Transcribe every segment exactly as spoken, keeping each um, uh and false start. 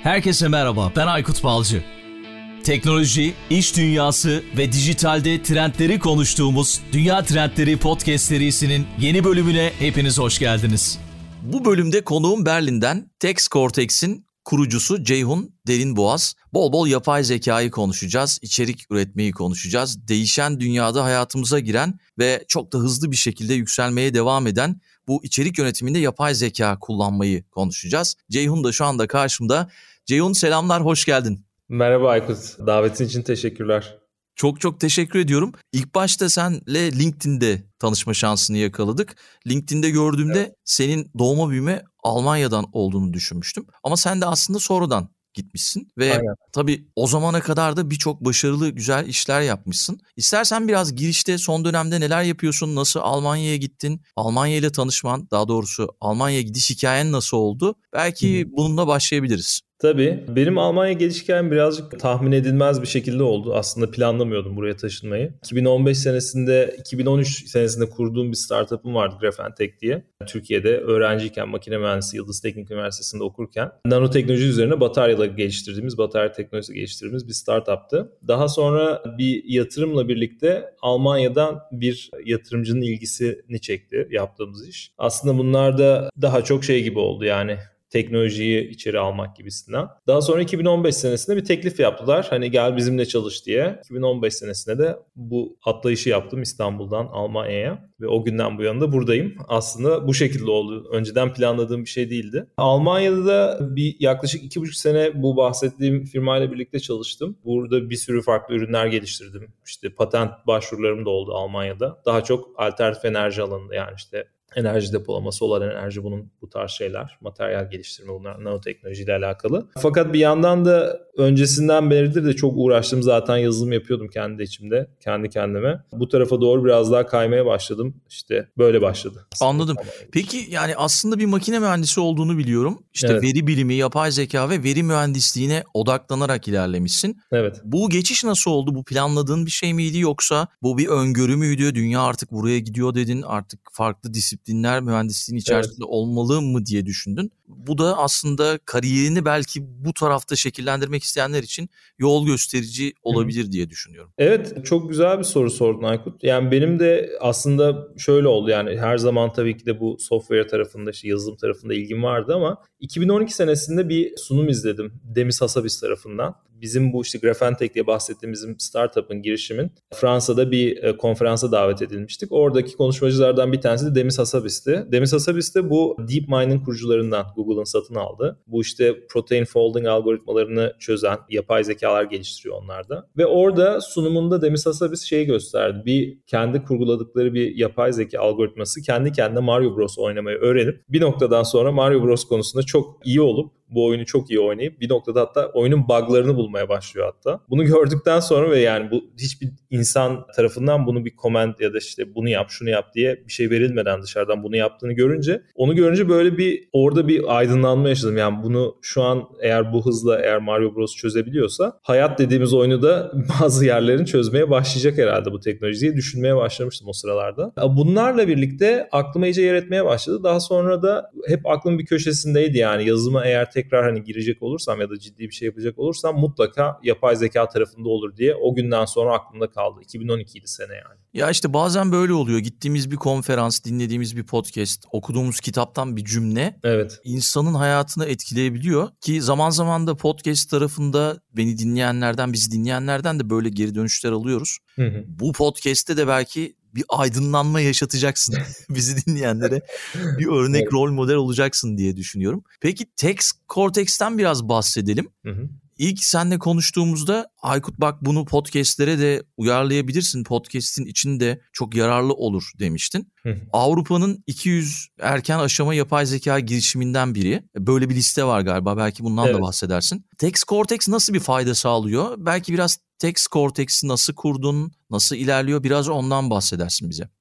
Herkese merhaba, ben Aykut Balcı. Teknoloji, iş dünyası ve dijitalde trendleri konuştuğumuz Dünya Trendleri Podcast serisinin yeni bölümüne hepiniz hoş geldiniz. Bu bölümde konuğum Berlin'den Text Cortex'in kurucusu Ceyhun Derinboğaz. Bol bol yapay zekayı konuşacağız, içerik üretmeyi konuşacağız. Değişen dünyada hayatımıza giren ve çok da hızlı bir şekilde yükselmeye devam eden bu içerik yönetiminde yapay zeka kullanmayı konuşacağız. Ceyhun da şu anda karşımda. Ceyhun selamlar, hoş geldin. Merhaba Aykut, davetin için teşekkürler. Çok çok teşekkür ediyorum. İlk başta senle LinkedIn'de tanışma şansını yakaladık. LinkedIn'de gördüğümde evet. Senin doğma büyüme Almanya'dan olduğunu düşünmüştüm. Ama sen de aslında sonradan gitmişsin ve aynen. Tabii o zamana kadar da birçok başarılı güzel işler yapmışsın. İstersen biraz girişte son dönemde neler yapıyorsun, nasıl Almanya'ya gittin, Almanya ile tanışman, daha doğrusu Almanya'ya gidiş hikayen nasıl oldu? Belki Hı-hı. bununla başlayabiliriz. Tabii. Benim Almanya geliş hikayem birazcık tahmin edilmez bir şekilde oldu. Aslında planlamıyordum buraya taşınmayı. iki bin on beş senesinde, iki bin on üç senesinde kurduğum bir startup'ım vardı Grafentech diye. Türkiye'de öğrenciyken makine mühendisi Yıldız Teknik Üniversitesi'nde okurken nanoteknoloji üzerine bataryaları geliştirdiğimiz, batarya teknolojisi geliştirdiğimiz bir startup'tı. Daha sonra bir yatırımla birlikte Almanya'dan bir yatırımcının ilgisini çekti yaptığımız iş. Aslında bunlar da daha çok şey gibi oldu yani. Teknolojiyi içeri almak gibisinden. Daha sonra iki bin on beş senesinde bir teklif yaptılar. Hani gel bizimle çalış diye. iki bin on beş senesinde de bu atlayışı yaptım İstanbul'dan Almanya'ya. Ve o günden bu yana da buradayım. Aslında bu şekilde oldu. Önceden planladığım bir şey değildi. Almanya'da da bir yaklaşık iki buçuk sene bu bahsettiğim firmayla birlikte çalıştım. Burada bir sürü farklı ürünler geliştirdim. İşte patent başvurularım da oldu Almanya'da. Daha çok alternatif enerji alanında yani işte enerji depolama, solar enerji bunun bu tarz şeyler, materyal geliştirme bunlar nanoteknolojiyle alakalı. Fakat bir yandan da öncesinden beridir de çok uğraştım zaten yazılım yapıyordum kendi içimde, kendi kendime. Bu tarafa doğru biraz daha kaymaya başladım. İşte böyle başladı. Anladım. Peki yani aslında bir makine mühendisi olduğunu biliyorum. İşte evet. Veri bilimi, yapay zeka ve veri mühendisliğine odaklanarak ilerlemişsin. Evet. Bu geçiş nasıl oldu? Bu planladığın bir şey miydi yoksa bu bir öngörü müydü? Dünya artık buraya gidiyor dedin, artık farklı disiplinler mühendisliğin içerisinde evet. olmalı mı diye düşündün. Bu da aslında kariyerini belki bu tarafta şekillendirmek isteyenler için yol gösterici olabilir Hı. diye düşünüyorum. Evet, çok güzel bir soru sordun Aykut. Yani benim de aslında şöyle oldu yani her zaman tabii ki de bu software tarafında, işte yazılım tarafında ilgim vardı ama iki bin on iki senesinde bir sunum izledim Demis Hassabis tarafından. Bizim bu işte Grafentech diye bahsettiğimiz bizim startup'ın, girişimin Fransa'da bir konferansa davet edilmiştik. Oradaki konuşmacılardan bir tanesi de Demis Hassabis'ti. Demis Hassabis de bu DeepMind'in kurucularından, Google'ın satın aldı. Bu işte protein folding algoritmalarını çözen yapay zekalar geliştiriyor onlar da. Ve orada sunumunda Demis Hassabis şeyi gösterdi. Bir kendi kurguladıkları bir yapay zeka algoritması kendi kendine Mario Bros oynamayı öğrenip bir noktadan sonra Mario Bros konusunda çok iyi olup bu oyunu çok iyi oynayıp bir noktada hatta oyunun bug'larını bulmaya başlıyor hatta. Bunu gördükten sonra ve yani bu hiçbir insan tarafından bunu bir comment ya da işte bunu yap şunu yap diye bir şey verilmeden dışarıdan bunu yaptığını görünce onu görünce böyle bir orada bir aydınlanma yaşadım. Yani bunu şu an eğer bu hızla eğer Mario Bros çözebiliyorsa hayat dediğimiz oyunu da bazı yerlerin çözmeye başlayacak herhalde bu teknolojiyi düşünmeye başlamıştım o sıralarda. Bunlarla birlikte aklıma iyice yer etmeye başladı. Daha sonra da hep aklım bir köşesindeydi yani yazılıma eğer tekrar hani girecek olursam ya da ciddi bir şey yapacak olursam mutlaka yapay zeka tarafında olur diye o günden sonra aklımda kaldı. iki bin on ikiydi sene yani. Ya işte bazen böyle oluyor. Gittiğimiz bir konferans, dinlediğimiz bir podcast, okuduğumuz kitaptan bir cümle evet. insanın hayatını etkileyebiliyor. Ki zaman zaman da podcast tarafında beni dinleyenlerden, bizi dinleyenlerden de böyle geri dönüşler alıyoruz. Hı hı. Bu podcast'te de belki bir aydınlanma yaşatacaksın bizi dinleyenlere. Bir örnek evet. rol model olacaksın diye düşünüyorum. Peki Text Cortex'ten biraz bahsedelim. Hı hı. İlk seninle konuştuğumuzda Aykut bak bunu podcastlere de uyarlayabilirsin. Podcast'in içinde çok yararlı olur demiştin. Hı hı. Avrupa'nın iki yüz erken aşama yapay zeka girişiminden biri. Böyle bir liste var galiba. Belki bundan evet. da bahsedersin. Text Cortex nasıl bir fayda sağlıyor? Belki biraz Text Cortex'i nasıl kurdun, nasıl ilerliyor? Biraz ondan bahsedersin bize.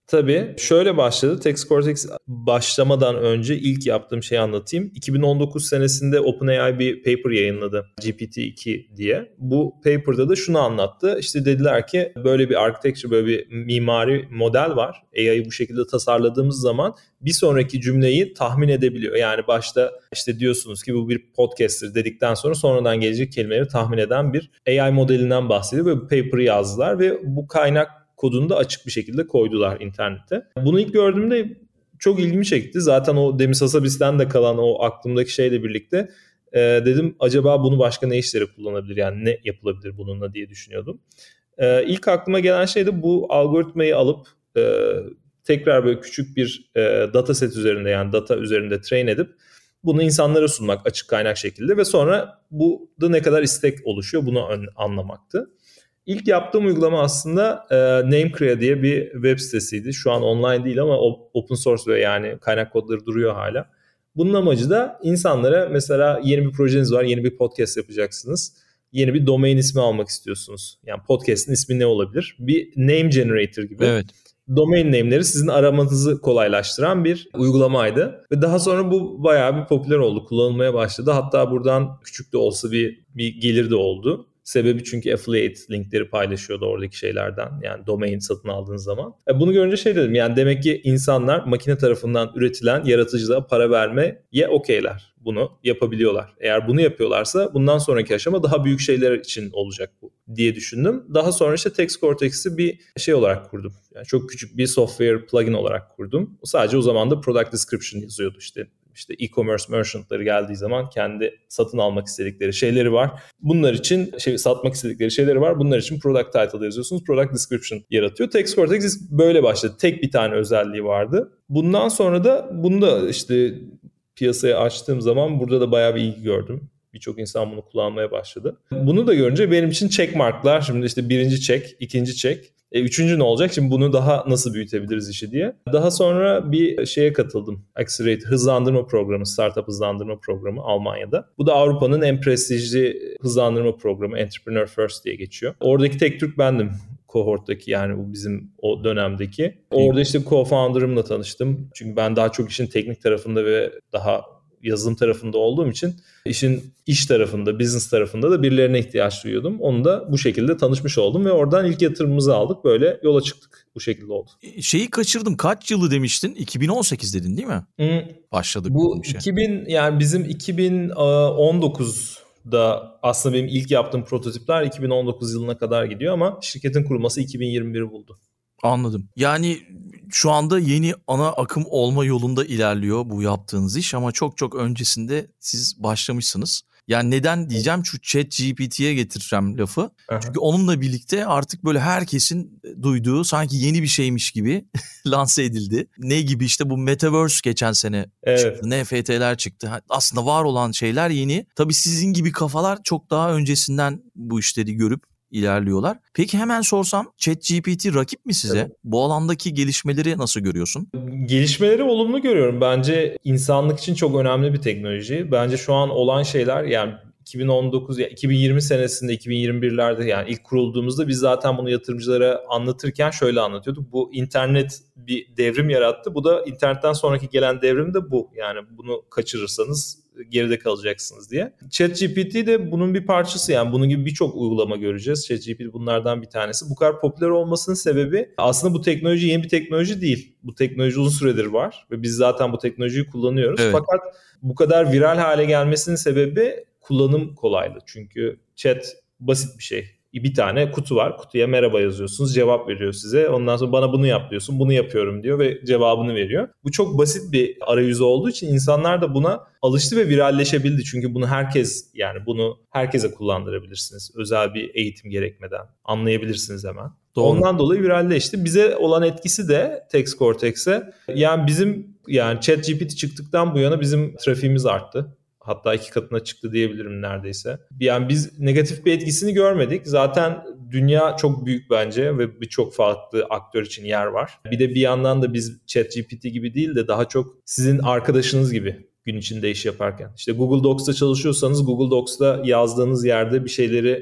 Tabii. Şöyle başladı. TextCortex başlamadan önce ilk yaptığım şeyi anlatayım. iki bin on dokuz senesinde OpenAI bir paper yayınladı. G P T iki diye. Bu paper'da da şunu anlattı. İşte dediler ki böyle bir architecture, böyle bir mimari model var. A I'yi bu şekilde tasarladığımız zaman bir sonraki cümleyi tahmin edebiliyor. Yani başta işte diyorsunuz ki bu bir podcast'tir dedikten sonra sonradan gelecek kelimeleri tahmin eden bir A I modelinden bahsediyor. Böyle bir paper'ı yazdılar ve bu kaynak kodunu da açık bir şekilde koydular internette. Bunu ilk gördüğümde çok ilgimi çekti. Zaten o Demis Hassabis'ten de kalan o aklımdaki şeyle birlikte e, dedim acaba bunu başka ne işlere kullanabilir? Yani ne yapılabilir bununla diye düşünüyordum. E, ilk aklıma gelen şey de bu algoritmayı alıp e, tekrar böyle küçük bir e, dataset üzerinde, yani data üzerinde train edip bunu insanlara sunmak açık kaynak şekilde ve sonra bu da ne kadar istek oluşuyor bunu anlamaktı. İlk yaptığım uygulama aslında e, Namecrea diye bir web sitesiydi. Şu an online değil ama open source ve yani kaynak kodları duruyor hala. Bunun amacı da insanlara mesela yeni bir projeniz var, yeni bir podcast yapacaksınız. Yeni bir domain ismi almak istiyorsunuz. Yani podcast'in ismi ne olabilir? Bir name generator gibi. Evet. Domain name'leri sizin aramanızı kolaylaştıran bir uygulamaydı. Ve daha sonra bu bayağı bir popüler oldu, kullanılmaya başladı. Hatta buradan küçük de olsa bir, bir gelir de oldu. Sebebi çünkü affiliate linkleri paylaşıyordu oradaki şeylerden. Yani domain satın aldığınız zaman. E bunu görünce şey dedim, yani demek ki insanlar makine tarafından üretilen yaratıcılığa para vermeye okeyler. Bunu yapabiliyorlar. Eğer bunu yapıyorlarsa bundan sonraki aşama daha büyük şeyler için olacak bu diye düşündüm. Daha sonra işte TextCortex'i bir şey olarak kurdum. Yani çok küçük bir software plugin olarak kurdum. Sadece o zaman da product description yazıyordu işte. İşte e-commerce merchantları geldiği zaman kendi satın almak istedikleri şeyleri var. Bunlar için şey, satmak istedikleri şeyleri var. Bunlar için product title yazıyorsunuz. Product description yaratıyor. TextCortex böyle başladı. Tek bir tane özelliği vardı. Bundan sonra da bunu da işte piyasaya açtığım zaman burada da bayağı bir ilgi gördüm. Birçok insan bunu kullanmaya başladı. Bunu da görünce benim için checkmarklar. Şimdi işte birinci check, ikinci check. E, üçüncü ne olacak? Şimdi bunu daha nasıl büyütebiliriz işi diye. Daha sonra bir şeye katıldım. Accelerate hızlandırma programı, startup hızlandırma programı Almanya'da. Bu da Avrupa'nın en prestijli hızlandırma programı, Entrepreneur First diye geçiyor. Oradaki tek Türk bendim. Cohort'taki, yani bu bizim o dönemdeki. Orada işte co-founder'ımla tanıştım. Çünkü ben daha çok işin teknik tarafında ve daha yazılım tarafında olduğum için işin iş tarafında, business tarafında da birilerine ihtiyaç duyuyordum. Onu da bu şekilde tanışmış oldum ve oradan ilk yatırımımızı aldık. Böyle yola çıktık. Bu şekilde oldu. Şeyi kaçırdım. Kaç yılı demiştin? iki bin on sekiz dedin değil mi? Hmm. Başladık bu bu işe. iki bin, yani bizim iki bin on dokuzda aslında benim ilk yaptığım prototipler iki bin on dokuz yılına kadar gidiyor ama şirketin kurulması iki bin yirmi biri buldu. Anladım. Yani şu anda yeni ana akım olma yolunda ilerliyor bu yaptığınız iş ama çok çok öncesinde siz başlamışsınız. Yani neden diyeceğim, şu ChatGPT'ye getireceğim lafı. Aha. Çünkü onunla birlikte artık böyle herkesin duyduğu sanki yeni bir şeymiş gibi lanse edildi. Ne gibi? İşte bu Metaverse geçen sene evet. çıktı. N F T'ler çıktı. Aslında var olan şeyler yeni. Tabii sizin gibi kafalar çok daha öncesinden bu işleri görüp ilerliyorlar. Peki hemen sorsam, ChatGPT rakip mi size? Evet. Bu alandaki gelişmeleri nasıl görüyorsun? Gelişmeleri olumlu görüyorum. Bence insanlık için çok önemli bir teknoloji. Bence şu an olan şeyler, yani iki bin on dokuz ya iki bin yirmi senesinde, iki bin yirmi birlerde, yani ilk kurulduğumuzda biz zaten bunu yatırımcılara anlatırken şöyle anlatıyorduk. Bu internet bir devrim yarattı. Bu da internetten sonraki gelen devrim de bu. Yani bunu kaçırırsanız geride kalacaksınız diye. ChatGPT de bunun bir parçası, yani bunun gibi birçok uygulama göreceğiz. ChatGPT bunlardan bir tanesi. Bu kadar popüler olmasının sebebi aslında bu teknoloji yeni bir teknoloji değil. Bu teknoloji uzun süredir var ve biz zaten bu teknolojiyi kullanıyoruz. Evet. Fakat bu kadar viral hale gelmesinin sebebi kullanım kolaylığı. Çünkü chat basit bir şey. Bir tane kutu var. Kutuya merhaba yazıyorsunuz. Cevap veriyor size. Ondan sonra bana bunu yap diyorsun. Bunu yapıyorum diyor ve cevabını veriyor. Bu çok basit bir arayüzü olduğu için insanlar da buna alıştı ve viralleşebildi. Çünkü bunu herkes, yani bunu herkese kullandırabilirsiniz. Özel bir eğitim gerekmeden. Anlayabilirsiniz hemen. Doğru. Ondan dolayı viralleşti. Bize olan etkisi de TextCortex'e, yani bizim, yani ChatGPT çıktıktan bu yana bizim trafiğimiz arttı. Hatta iki katına çıktı diyebilirim neredeyse. Yani biz negatif bir etkisini görmedik. Zaten dünya çok büyük bence ve birçok farklı aktör için yer var. Bir de bir yandan da biz ChatGPT gibi değil de daha çok sizin arkadaşınız gibi gün içinde iş yaparken. İşte Google Docs'ta çalışıyorsanız Google Docs'ta yazdığınız yerde bir şeyleri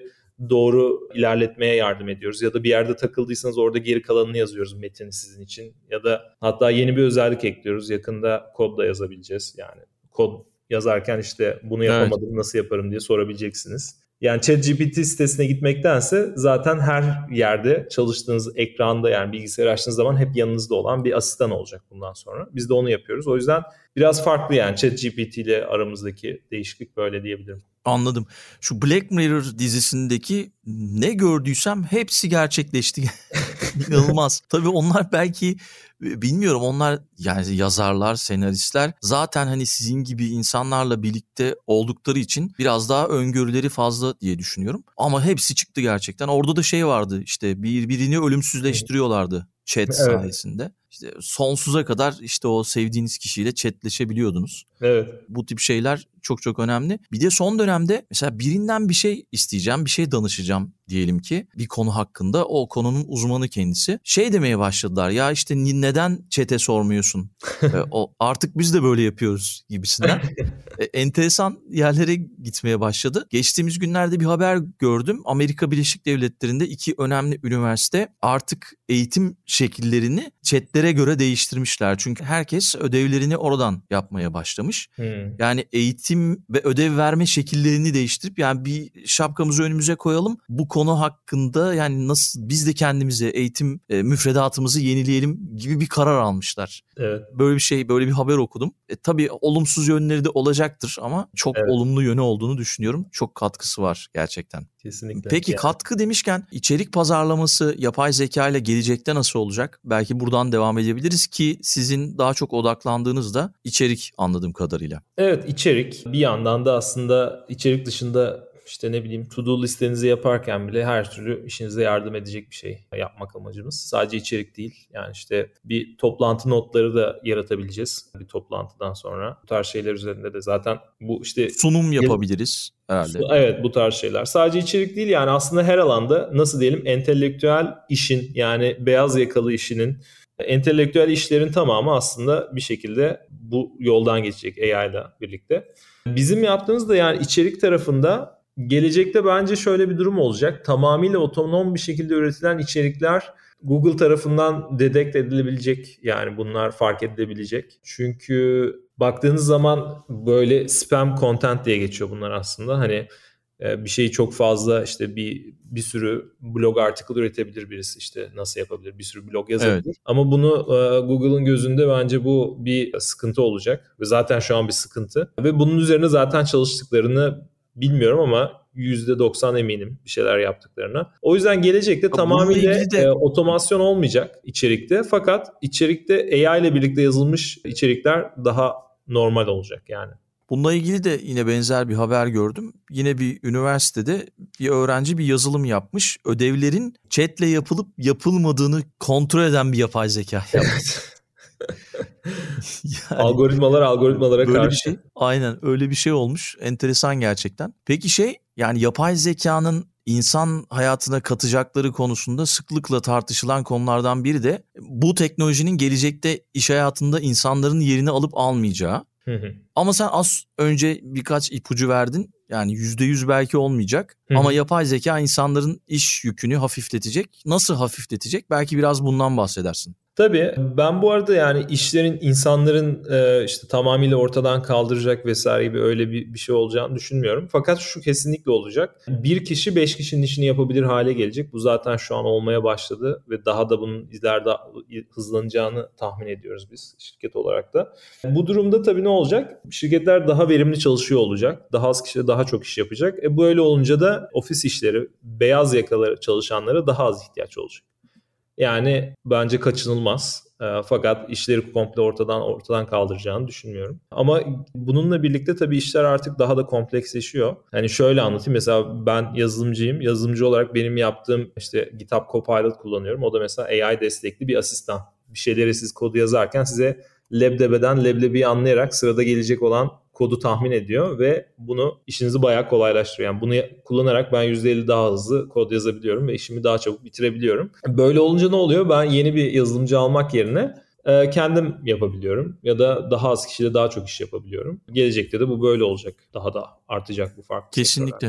doğru ilerletmeye yardım ediyoruz. Ya da bir yerde takıldıysanız orada geri kalanını yazıyoruz metini sizin için. Ya da hatta yeni bir özellik ekliyoruz. Yakında kod da yazabileceğiz. Yani kod yazarken işte bunu yapamadım, evet, nasıl yaparım diye sorabileceksiniz. Yani ChatGPT sitesine gitmektense zaten her yerde çalıştığınız ekranda, yani bilgisayar açtığınız zaman hep yanınızda olan bir asistan olacak bundan sonra. Biz de onu yapıyoruz. O yüzden biraz farklı yani ChatGPT ile aramızdaki değişiklik böyle diyebilirim. Anladım. Şu Black Mirror dizisindeki ne gördüysem hepsi gerçekleşti. İnanılmaz. Tabii onlar belki bilmiyorum, onlar yani yazarlar, senaristler zaten hani sizin gibi insanlarla birlikte oldukları için biraz daha öngörüleri fazla diye düşünüyorum. Ama hepsi çıktı gerçekten. Orada da şey vardı, işte birbirini ölümsüzleştiriyorlardı chat, evet, sayesinde. İşte sonsuza kadar işte o sevdiğiniz kişiyle chatleşebiliyordunuz. Evet. Bu tip şeyler çok çok önemli. Bir de son dönemde mesela birinden bir şey isteyeceğim, bir şey danışacağım diyelim ki bir konu hakkında. O konunun uzmanı kendisi. Şey demeye başladılar, ya işte neden chat'e sormuyorsun? e, o artık biz de böyle yapıyoruz gibisinden. e, enteresan yerlere gitmeye başladı. Geçtiğimiz günlerde bir haber gördüm. Amerika Birleşik Devletleri'nde iki önemli üniversite artık eğitim şekillerini chatlere göre değiştirmişler. Çünkü herkes ödevlerini oradan yapmaya başlamış. Hmm. Yani eğitim ve ödev verme şekillerini değiştirip yani bir şapkamızı önümüze koyalım. Bu konu hakkında yani nasıl biz de kendimize eğitim e, müfredatımızı yenileyelim gibi bir karar almışlar. Evet. Böyle bir şey, böyle bir haber okudum. E, tabii olumsuz yönleri de olacaktır ama çok, evet, olumlu yönü olduğunu düşünüyorum. Çok katkısı var gerçekten. Kesinlikle. Peki yani, katkı demişken içerik pazarlaması yapay zeka ile gelecekte nasıl olacak? Belki buradan devam edebiliriz ki sizin daha çok odaklandığınız da içerik anladığım kadarıyla. Evet, içerik. Bir yandan da aslında içerik dışında işte ne bileyim to-do listenizi yaparken bile her türlü işinize yardım edecek bir şey yapmak amacımız. Sadece içerik değil. Yani işte bir toplantı notları da yaratabileceğiz bir toplantıdan sonra. Bu tarz şeyler üzerinde de zaten bu işte... Sunum yapabiliriz herhalde. Evet, bu tarz şeyler. Sadece içerik değil yani aslında her alanda nasıl diyelim entelektüel işin, yani beyaz yakalı işinin, entelektüel işlerin tamamı aslında bir şekilde bu yoldan geçecek A I ile birlikte. Bizim yaptığımız da yani içerik tarafında gelecekte bence şöyle bir durum olacak. Tamamıyla otonom bir şekilde üretilen içerikler Google tarafından dedekt edilebilecek. Yani bunlar fark edilebilecek. Çünkü baktığınız zaman böyle spam content diye geçiyor bunlar aslında. Hani bir şeyi çok fazla işte bir bir sürü blog article üretebilir birisi, işte nasıl yapabilir, bir sürü blog yazabilir. Evet. Ama bunu e, Google'ın gözünde bence bu bir sıkıntı olacak ve zaten şu an bir sıkıntı. Ve bunun üzerine zaten çalıştıklarını bilmiyorum ama yüzde doksan eminim bir şeyler yaptıklarına. O yüzden gelecekte ya tamamıyla de... e, otomasyon olmayacak içerikte, fakat içerikte A I ile birlikte yazılmış içerikler daha normal olacak yani. Bununla ilgili de yine benzer bir haber gördüm. Yine bir üniversitede bir öğrenci bir yazılım yapmış. Ödevlerin chatle yapılıp yapılmadığını kontrol eden bir yapay zeka yapmış. Yani, algoritmalar algoritmalara böyle karşı. Bir şey, aynen öyle bir şey olmuş. Enteresan gerçekten. Peki şey, yani yapay zekanın insan hayatına katacakları konusunda sıklıkla tartışılan konulardan biri de bu teknolojinin gelecekte iş hayatında insanların yerini alıp almayacağı. Hı hı. Ama sen az önce birkaç ipucu verdin. Yani yüzde yüz belki olmayacak. Hı hı. Ama yapay zeka insanların iş yükünü hafifletecek. Nasıl hafifletecek? Belki biraz bundan bahsedersin. Tabii ben bu arada yani işlerin, insanların e, işte tamamıyla ortadan kaldıracak vesaire gibi öyle bir, bir şey olacağını düşünmüyorum. Fakat şu kesinlikle olacak. Bir kişi beş kişinin işini yapabilir hale gelecek. Bu zaten şu an olmaya başladı ve daha da bunun ileride hızlanacağını tahmin ediyoruz biz şirket olarak da. Bu durumda tabii ne olacak? Şirketler daha verimli çalışıyor olacak. Daha az kişi daha çok iş yapacak. E böyle olunca da ofis işleri, beyaz yakalı çalışanlara daha az ihtiyaç olacak. Yani bence kaçınılmaz. E, fakat işleri komple ortadan ortadan kaldıracağını düşünmüyorum. Ama bununla birlikte tabii işler artık daha da kompleksleşiyor. Yani şöyle anlatayım. Mesela ben yazılımcıyım. Yazılımcı olarak benim yaptığım işte GitHub Copilot kullanıyorum. O da mesela A I destekli bir asistan. Bir şeyleri siz kodu yazarken size lebdebeden leblebiyi anlayarak sırada gelecek olan kodu tahmin ediyor ve bunu işinizi bayağı kolaylaştırıyor. Yani bunu kullanarak ben yüzde elli daha hızlı kod yazabiliyorum ve işimi daha çabuk bitirebiliyorum. Böyle olunca ne oluyor? Ben yeni bir yazılımcı almak yerine e, kendim yapabiliyorum ya da daha az kişiyle daha çok iş yapabiliyorum. Gelecekte de bu böyle olacak. Daha da artacak bu fark. Kesinlikle. Sektörler.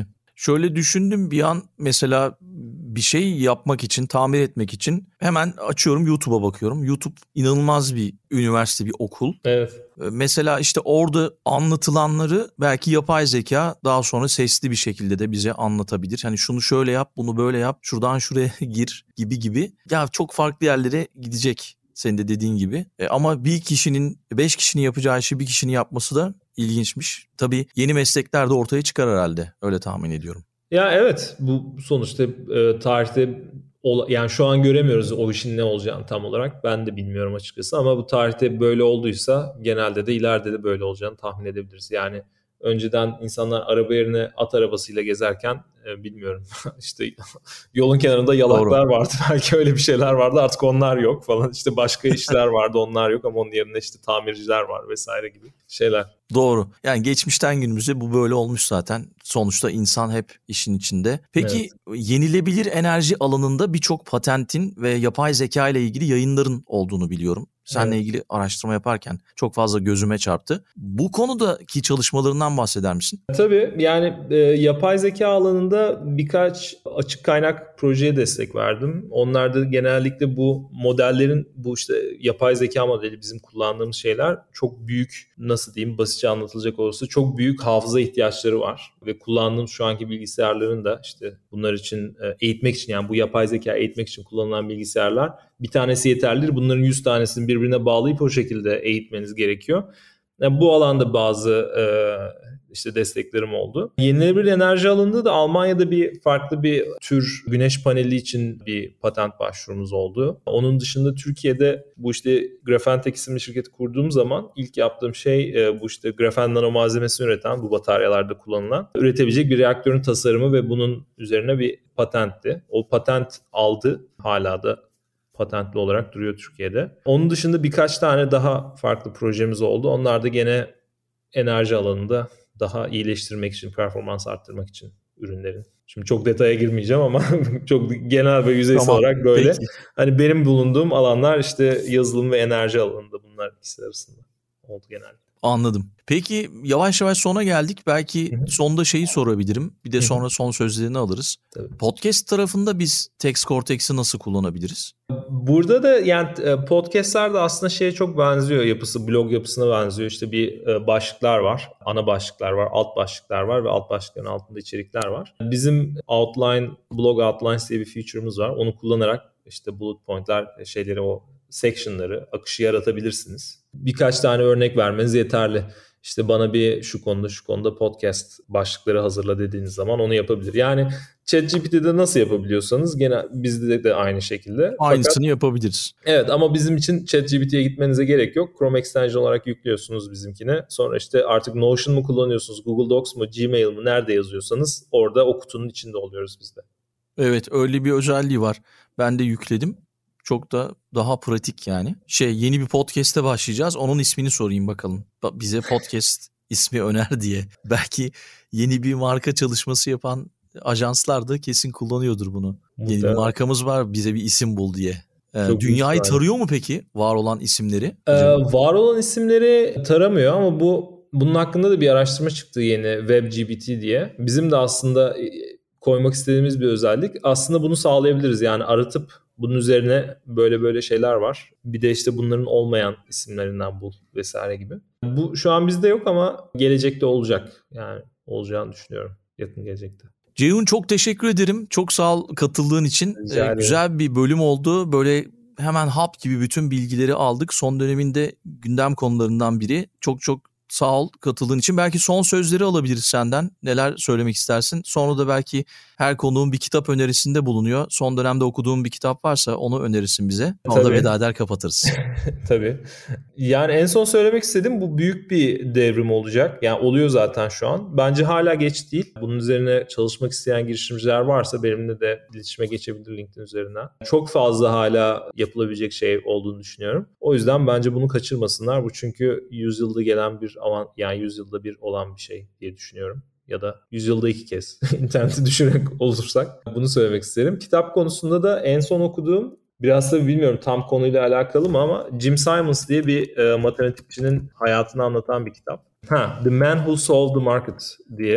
Şöyle düşündüm bir an, mesela bir şey yapmak için, tamir etmek için hemen açıyorum, YouTube'a bakıyorum. YouTube inanılmaz bir üniversite, bir okul. Evet. Mesela işte orada anlatılanları belki yapay zeka daha sonra sesli bir şekilde de bize anlatabilir. Hani şunu şöyle yap, bunu böyle yap, şuradan şuraya gir gibi gibi. Ya çok farklı yerlere gidecek senin de dediğin gibi. E ama bir kişinin, beş kişinin yapacağı işi bir kişinin yapması da ilginçmiş. Tabii yeni meslekler de ortaya çıkar herhalde. Öyle tahmin ediyorum. Ya evet, bu sonuçta e, tarihte yani şu an göremiyoruz o işin ne olacağını tam olarak. Ben de bilmiyorum açıkçası ama bu tarihte böyle olduysa genelde de ileride de böyle olacağını tahmin edebiliriz. Yani önceden insanlar araba yerine at arabasıyla gezerken e, bilmiyorum işte yolun kenarında yalaklar Doğru. vardı. Belki öyle bir şeyler vardı, artık onlar yok falan. İşte başka işler vardı, onlar yok ama onun yerine işte tamirciler var vesaire gibi şeyler. Doğru. Yani geçmişten günümüze bu böyle olmuş zaten. Sonuçta insan hep işin içinde. Peki evet. Yenilebilir enerji alanında birçok patentin ve yapay zeka ile ilgili yayınların olduğunu biliyorum. Seninle evet. ilgili araştırma yaparken çok fazla gözüme çarptı. Bu konudaki çalışmalarından bahseder misin? Tabii, yani e, yapay zeka alanında birkaç açık kaynak projeye destek verdim. Onlar da genellikle bu modellerin, bu işte yapay zeka modeli bizim kullandığımız şeyler çok büyük, nasıl diyeyim, basitçe anlatılacak olursa çok büyük hafıza ihtiyaçları var. Ve kullandığımız şu anki bilgisayarların da işte bunlar için eğitmek için, yani bu yapay zeka eğitmek için kullanılan bilgisayarlar bir tanesi yeterlidir. Bunların yüz tanesini birbirine bağlayıp o şekilde eğitmeniz gerekiyor. Yani bu alanda bazı e, işte desteklerim oldu. Yenilenebilir enerji alanında da Almanya'da bir farklı bir tür güneş paneli için bir patent başvurumuz oldu. Onun dışında Türkiye'de bu işte Grafentek isimli şirketi kurduğum zaman ilk yaptığım şey e, bu işte grafen nano malzemesini üreten, bu bataryalarda kullanılan, üretebilecek bir reaktörün tasarımı ve bunun üzerine bir patentti. O patent aldı, hala da patentli olarak duruyor Türkiye'de. Onun dışında birkaç tane daha farklı projemiz oldu. Onlar da gene enerji alanında daha iyileştirmek için, performans arttırmak için ürünlerin. Şimdi çok detaya girmeyeceğim ama çok genel ve yüzeysel tamam, olarak böyle. Peki. Hani benim bulunduğum alanlar işte yazılım ve enerji alanında, bunlar ikisi arasında oldu genelde. Anladım. Peki yavaş yavaş sona geldik. Belki Hı-hı. sonda şeyi sorabilirim. Bir de Hı-hı. sonra son sözlerini alırız. Tabii. Podcast tarafında biz Text Cortex'i nasıl kullanabiliriz? Burada da yani podcastler de aslında şeye çok benziyor, yapısı, blog yapısına benziyor. İşte bir başlıklar var, ana başlıklar var, alt başlıklar var ve alt başlıkların altında içerikler var. Bizim Outline, Blog Outlines diye bir feature'ımız var. Onu kullanarak işte bullet point'ler, şeyleri, o section'ları, akışı yaratabilirsiniz. Birkaç tane örnek vermeniz yeterli. İşte bana bir şu konuda şu konuda podcast başlıkları hazırla dediğiniz zaman onu yapabilir. Yani ChatGPT'de nasıl yapabiliyorsanız gene bizde de aynı şekilde. Aynısını Fakat, yapabiliriz. Evet, ama bizim için ChatGPT'ye gitmenize gerek yok. Chrome extension olarak yüklüyorsunuz bizimkine. Sonra işte artık Notion mu kullanıyorsunuz, Google Docs mu, Gmail mi, nerede yazıyorsanız orada o kutunun içinde oluyoruz biz de. Evet, öyle bir özelliği var. Ben de yükledim. Çok da daha pratik yani. Şey, yeni bir podcast'e başlayacağız. Onun ismini sorayım bakalım. Bize podcast ismi öner diye. Belki yeni bir marka çalışması yapan ajanslar da kesin kullanıyordur bunu. Muhtemelen. Yeni bir markamız var, bize bir isim bul diye. Ee, dünyayı tarıyor mu peki var olan isimleri? Ee, var olan isimleri taramıyor ama bu bunun hakkında da bir araştırma çıktı yeni, WebGPT diye. Bizim de aslında koymak istediğimiz bir özellik. Aslında bunu sağlayabiliriz. Yani aratıp bunun üzerine böyle böyle şeyler var. Bir de işte bunların olmayan isimlerinden bul vesaire gibi. Bu şu an bizde yok ama gelecekte olacak. Yani olacağını düşünüyorum yakın gelecekte. Ceyhun, çok teşekkür ederim. Çok sağ ol katıldığın için. Ee, güzel bir bölüm oldu. Böyle hemen hap gibi bütün bilgileri aldık. Son döneminde gündem konularından biri. Çok çok sağ ol katıldığın için. Belki son sözleri alabiliriz senden. Neler söylemek istersin? Sonra da belki her konuğun bir kitap önerisinde bulunuyor. Son dönemde okuduğun bir kitap varsa onu önerirsin bize. Ona da veda eder kapatırız. Tabii. Yani en son söylemek istediğim, bu büyük bir devrim olacak. Yani oluyor zaten şu an. Bence hala geç değil. Bunun üzerine çalışmak isteyen girişimciler varsa benimle de iletişime geçebilir LinkedIn üzerinden. Çok fazla hala yapılabilecek şey olduğunu düşünüyorum. O yüzden bence bunu kaçırmasınlar. Bu çünkü yüzyılda gelen bir avan, yani yüzyılda bir olan bir şey diye düşünüyorum. Ya da yüzyılda iki kez interneti düşünerek olursak bunu söylemek isterim. Kitap konusunda da en son okuduğum, biraz da bilmiyorum tam konuyla alakalı mı ama Jim Simons diye bir e, matematikçinin hayatını anlatan bir kitap. Ha, The Man Who Solved the Market diye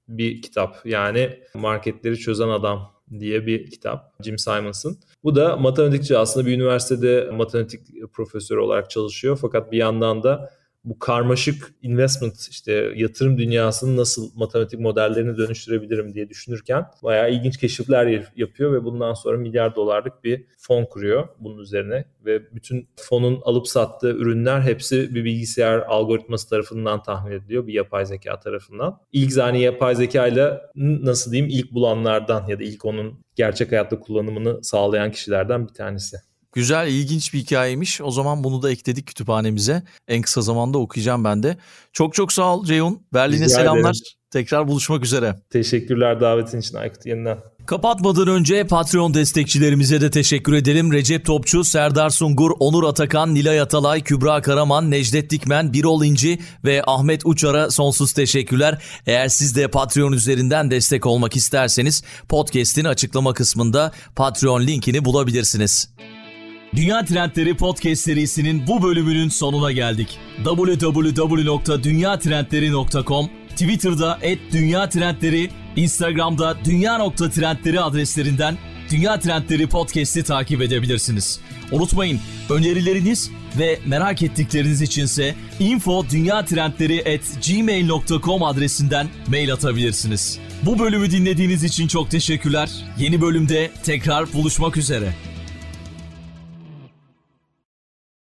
bir kitap. Yani Marketleri Çözen Adam diye bir kitap, Jim Simons'ın. Bu da matematikçi, aslında bir üniversitede matematik profesörü olarak çalışıyor. Fakat bir yandan da bu karmaşık investment, işte yatırım dünyasını nasıl matematik modellerini dönüştürebilirim diye düşünürken bayağı ilginç keşifler yapıyor ve bundan sonra milyar dolarlık bir fon kuruyor bunun üzerine ve bütün fonun alıp sattığı ürünler hepsi bir bilgisayar algoritması tarafından tahmin ediliyor, bir yapay zeka tarafından. İlk zani yapay zekayla nasıl diyeyim ilk bulanlardan ya da ilk onun gerçek hayatta kullanımını sağlayan kişilerden bir tanesi. Güzel, ilginç bir hikayeymiş. O zaman bunu da ekledik kütüphanemize. En kısa zamanda okuyacağım ben de. Çok çok sağ ol Ceyhun. Berlin'e Rica selamlar. ederim. Tekrar buluşmak üzere. Teşekkürler davetin için Aykut, yeniden. Kapatmadan önce Patreon destekçilerimize de teşekkür edelim. Recep Topçu, Serdar Sungur, Onur Atakan, Nilay Atalay, Kübra Karaman, Necdet Dikmen, Birol İnci ve Ahmet Uçar'a sonsuz teşekkürler. Eğer siz de Patreon üzerinden destek olmak isterseniz podcast'in açıklama kısmında Patreon linkini bulabilirsiniz. Dünya Trendleri Podcast serisinin bu bölümünün sonuna geldik. double-u double-u double-u nokta dünya trendleri nokta com, Twitter'da et dünya trendleri, Instagram'da dünya nokta trendleri adreslerinden Dünya Trendleri Podcast'i takip edebilirsiniz. Unutmayın, önerileriniz ve merak ettikleriniz içinse info dünya trendleri at gmail nokta com adresinden mail atabilirsiniz. Bu bölümü dinlediğiniz için çok teşekkürler. Yeni bölümde tekrar buluşmak üzere.